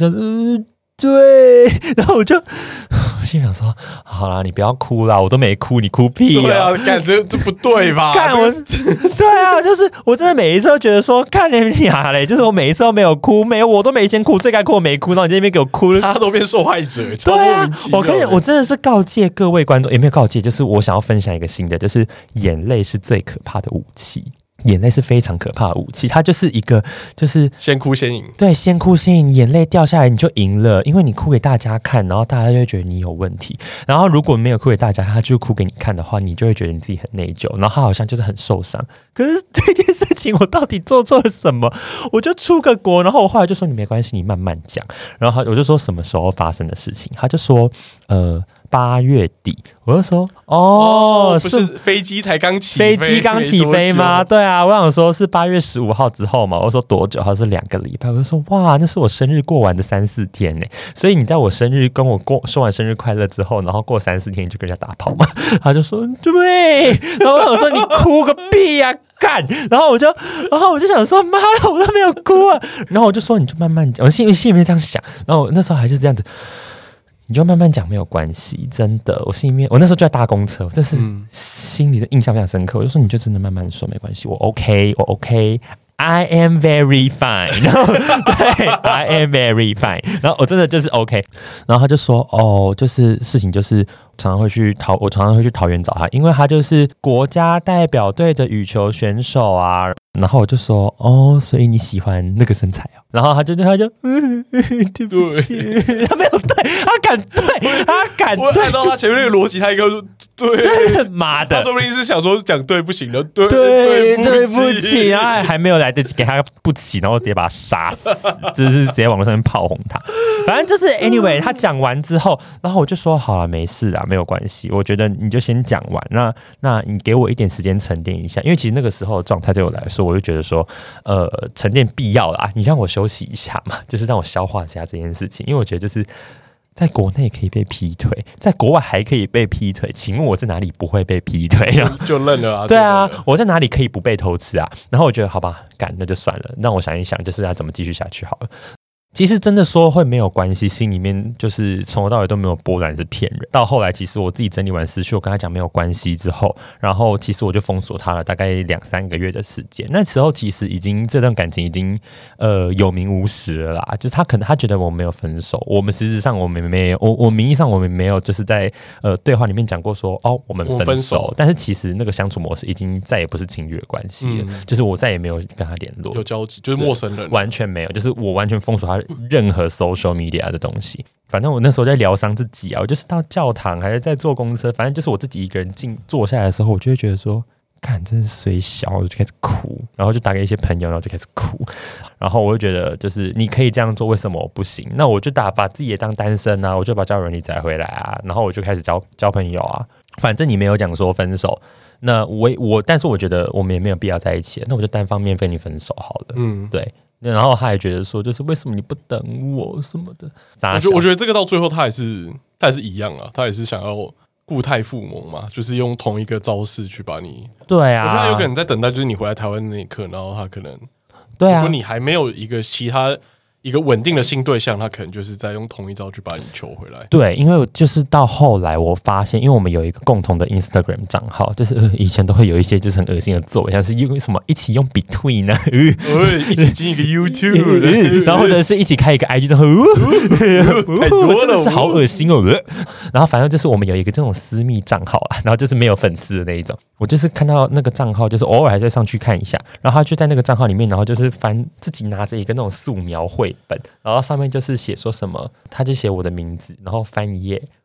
对，然后我心想说，好啦，你不要哭啦，我都没哭，你哭屁对啊，干这不对吧？ 干我，对啊，就是我真的每一次都觉得说，看你俩嘞，就是我每一次都没有哭，我都没先哭，最该哭我没哭，然后你这边给我哭， 他都变受害者，超对啊， 莫名其妙。 我跟你讲，我真的是告诫各位观众，也没有告诫，就是我想要分享一个新的，就是眼泪是最可怕的武器。眼泪是非常可怕的武器，它就是一个就是先哭先赢， 对，先哭先赢，眼泪掉下来你就赢了，因为你哭给大家看，然后大家就会觉得你有问题。然后如果没有哭给大家看，他就哭给你看的话，你就会觉得你自己很内疚，然后他好像就是很受伤。可是这件事情我到底做错了什么？我就出个国，然后我后来就说你没关系，你慢慢讲。然后我就说什么时候发生的事情，他就说8月底，我就说不是飞机刚起飞吗？对啊，我想说是8月15号之后嘛。我说多久？他说2个礼拜。我就说哇，那是我生日过完的3-4天呢。所以你在我生日跟我说完生日快乐之后，然后过3-4天你就跟人家打炮嘛？他就说对。然后我想说你哭个屁呀！干，然后我就想说，妈的，我都没有哭啊。然后我就说，你就慢慢讲，我心里面这样想。然后我那时候还是这样子，你就慢慢讲没有关系，真的。我心里面，我那时候就在搭公车，我真是心里的印象非常深刻。我就说，你就真的慢慢说没关系，我 OK。I am very fine， 然后对 ，I am very fine， 然后我真的就是 OK， 然后他就说，就是事情就是我常常会去桃园找他，因为他就是国家代表队的羽球选手啊。然后我就说，所以你喜欢那个身材哦？然后他就对不起，他没有对，他敢对。 我按照他前面那个逻辑，他应该说对， 妈的， 他说不定是想说讲对不行的，对不起，然后还没有来得及给他不起，然后直接把他杀死，就是直接网络上面炮轰他。反正就是 anyway， 他讲完之后，然后我就说好了，没事啦，没有关系，我觉得你就先讲完，那你给我一点时间沉淀一下，因为其实那个时候的状态对我来说，我就觉得说，沉淀必要啦，你让我休息一下嘛，就是让我消化一下这件事情，因为我觉得就是在国内可以被劈腿，在国外还可以被劈腿，请问我在哪里不会被劈腿？ 就认了啊！ 对啊，我在哪里可以不被偷吃啊？然后我觉得好吧，那就算了，让我想一想，就是要怎么继续下去好了。其实真的说会没有关系，心里面就是从头到尾都没有波澜，是骗人。到后来，其实我自己整理完思绪，我跟他讲没有关系之后，然后其实我就封锁他了，大概2-3个月的时间。那时候其实已经这段感情已经有名无实了啦，就是他觉得我没有分手，我们实质上我们没有，我名义上我们没有，就是在对话里面讲过说我们分手，但是其实那个相处模式已经再也不是情侣的关系了，就是我再也没有跟他联络， 有交集，就是陌生人， 完全没有，就是我完全封锁他任何 social media 的东西。反正我那时候在疗伤自己啊，我就是到教堂还是在坐公车，反正就是我自己一个人坐下来的时候，我就会觉得说看真是衰小，我就开始哭，然后就打给一些朋友，然后就开始哭，然后我就觉得就是你可以这样做，为什么我不行？那我就把自己也当单身啊，我就把交友软体载回来啊，然后我就开始交朋友啊，反正你没有讲说分手，那但是我觉得我们也没有必要在一起，那我就单方面跟你分手好了，对。然后他还觉得说，就是为什么你不等我什么的。 我觉得这个到最后他也是一样啊，他也是想要固态复萌嘛，就是用同一个招式去把你。 对啊， 我觉得他有可能在等待，就是你回来台湾的那一刻，然后他可能， 对啊， 如果你还没有一个其他一个稳定的新对象，他可能就是在用同一招去把你求回来。 对，因为就是到后来我发现，因为我们有一个共同的 Instagram 账号，就是以前都会有一些就是很恶心的作为，像是用什么一起用 Between 啊， 一起进一个 YouTube， 然后或者是一起开一个 IG 账号，太多了，真的是好恶心哦。然后反正就是我们有一个这种私密账号啊，然后就是没有粉丝的那一种。我就是看到那个账号，就是偶尔还是会上去看一下，然后他就在那个账号里面，然后就是翻自己拿着一个那种素描绘本，然后上面就是写说什么，他就写我的名字，然后翻一页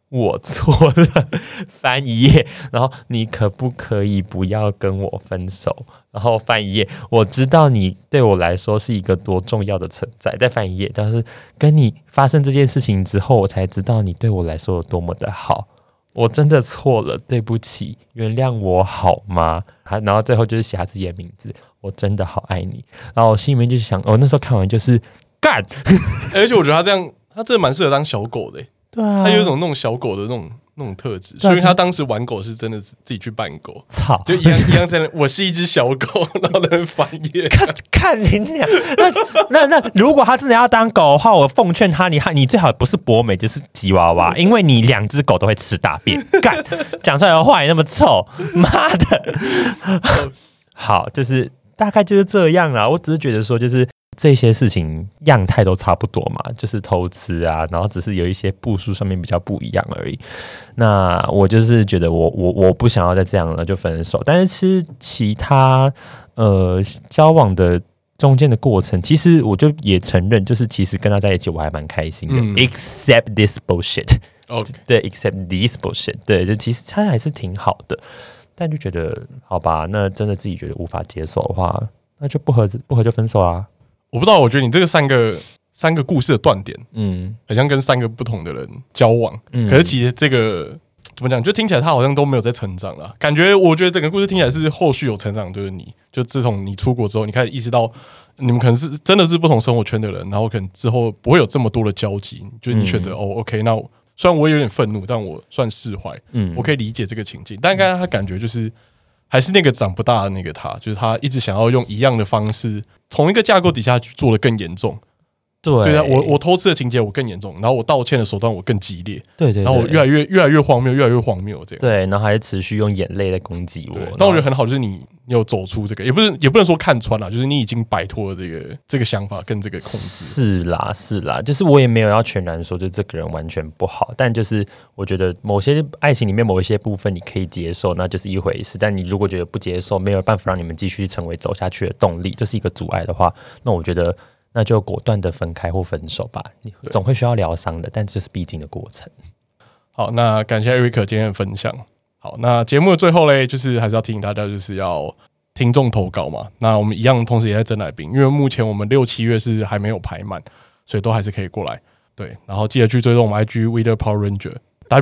我错了，翻一页，然后你可不可以不要跟我分手？然后翻一页，我知道你对我来说是一个多重要的存在。再翻一页，但是跟你发生这件事情之后，我才知道你对我来说有多么的好。我真的错了，对不起，原谅我好吗？然后最后就是写他自己的名字，我真的好爱你。然后我心里面就想，我那时候看完就是干， 而且我觉得他这样，他真的蛮适合当小狗的。 对啊， 他有一种那种小狗的那种特质，所以他当时玩狗是真的自己去扮狗， 操， 就一样在那。我是一只小狗，然后在那翻页。 看你俩，那如果他真的要当狗的话，我奉劝他，你最好不是博美就是吉娃娃，因为你2只狗都会吃大便。干，讲出来的话也那么臭，妈的！好，就是大概就是这样啦。我只是觉得说，就是这些事情样态都差不多嘛，就是偷吃啊，然后只是有一些步数上面比较不一样而已。那我就是觉得我不想要再这样了，就分手。但是其他交往的中间的过程，其实我就也承认，就是其实跟他在一起我还蛮开心的。Except this bullshit， 对 ，except this bullshit， 对，就其实他还是挺好的，但就觉得好吧，那真的自己觉得无法接受的话，那就不合就分手啊。 我不知道，我觉得你这个三个故事的断点，很像跟3个不同的人交往，可是其实这个怎么讲，就听起来他好像都没有在成长啦。我觉得整个故事听起来是后续有成长，就是就自从你出国之后，你开始意识到你们可能是真的是不同生活圈的人，然后可能之后不会有这么多的交集，就是你选择OK， 那虽然我也有点愤怒，但我算释怀，我可以理解这个情境，但刚刚他感觉就是还是那个长不大的那个他，就是他一直想要用一样的方式，同一个架构底下去做得更严重。对，就是我偷吃的情节我更严重，然后我道歉的手段我更激烈， 对， 然后我越来越荒谬，越来越荒谬这样。 对，然后还是持续用眼泪在攻击我。 但我觉得很好，就是你有走出这个，也不能说看穿了，就是你已经摆脱了这个想法跟这个控制。 是啦，就是我也没有要全然说就这个人完全不好，但就是我觉得某些爱情里面某一些部分你可以接受，那就是一回事。但你如果觉得不接受，没有办法让你们继续成为走下去的动力，这是一个阻碍的话，那我觉得那就果断的分开或分手吧。你总会需要疗伤的，但这是必经的过程。 好，那感谢 Eric 今天的分享。好，那节目的最后嘞，就是还是要提醒大家，就是要听众投稿嘛。那我们一样，同时也在征来宾，因为目前我们6、7月是还没有排满，所以都还是可以过来。对，然后记得去追踪我们 IG Weeder Power Ranger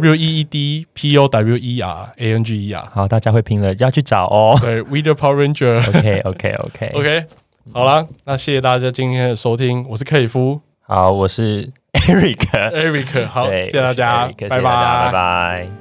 WEEDPOWERANGER。 好，大家会拼了，要去找哦。 对 ，Weeder Power Ranger。OK。好啦，那谢谢大家今天的收听，我是克里夫。 好，我是 Eric。 好，谢谢大家，拜拜。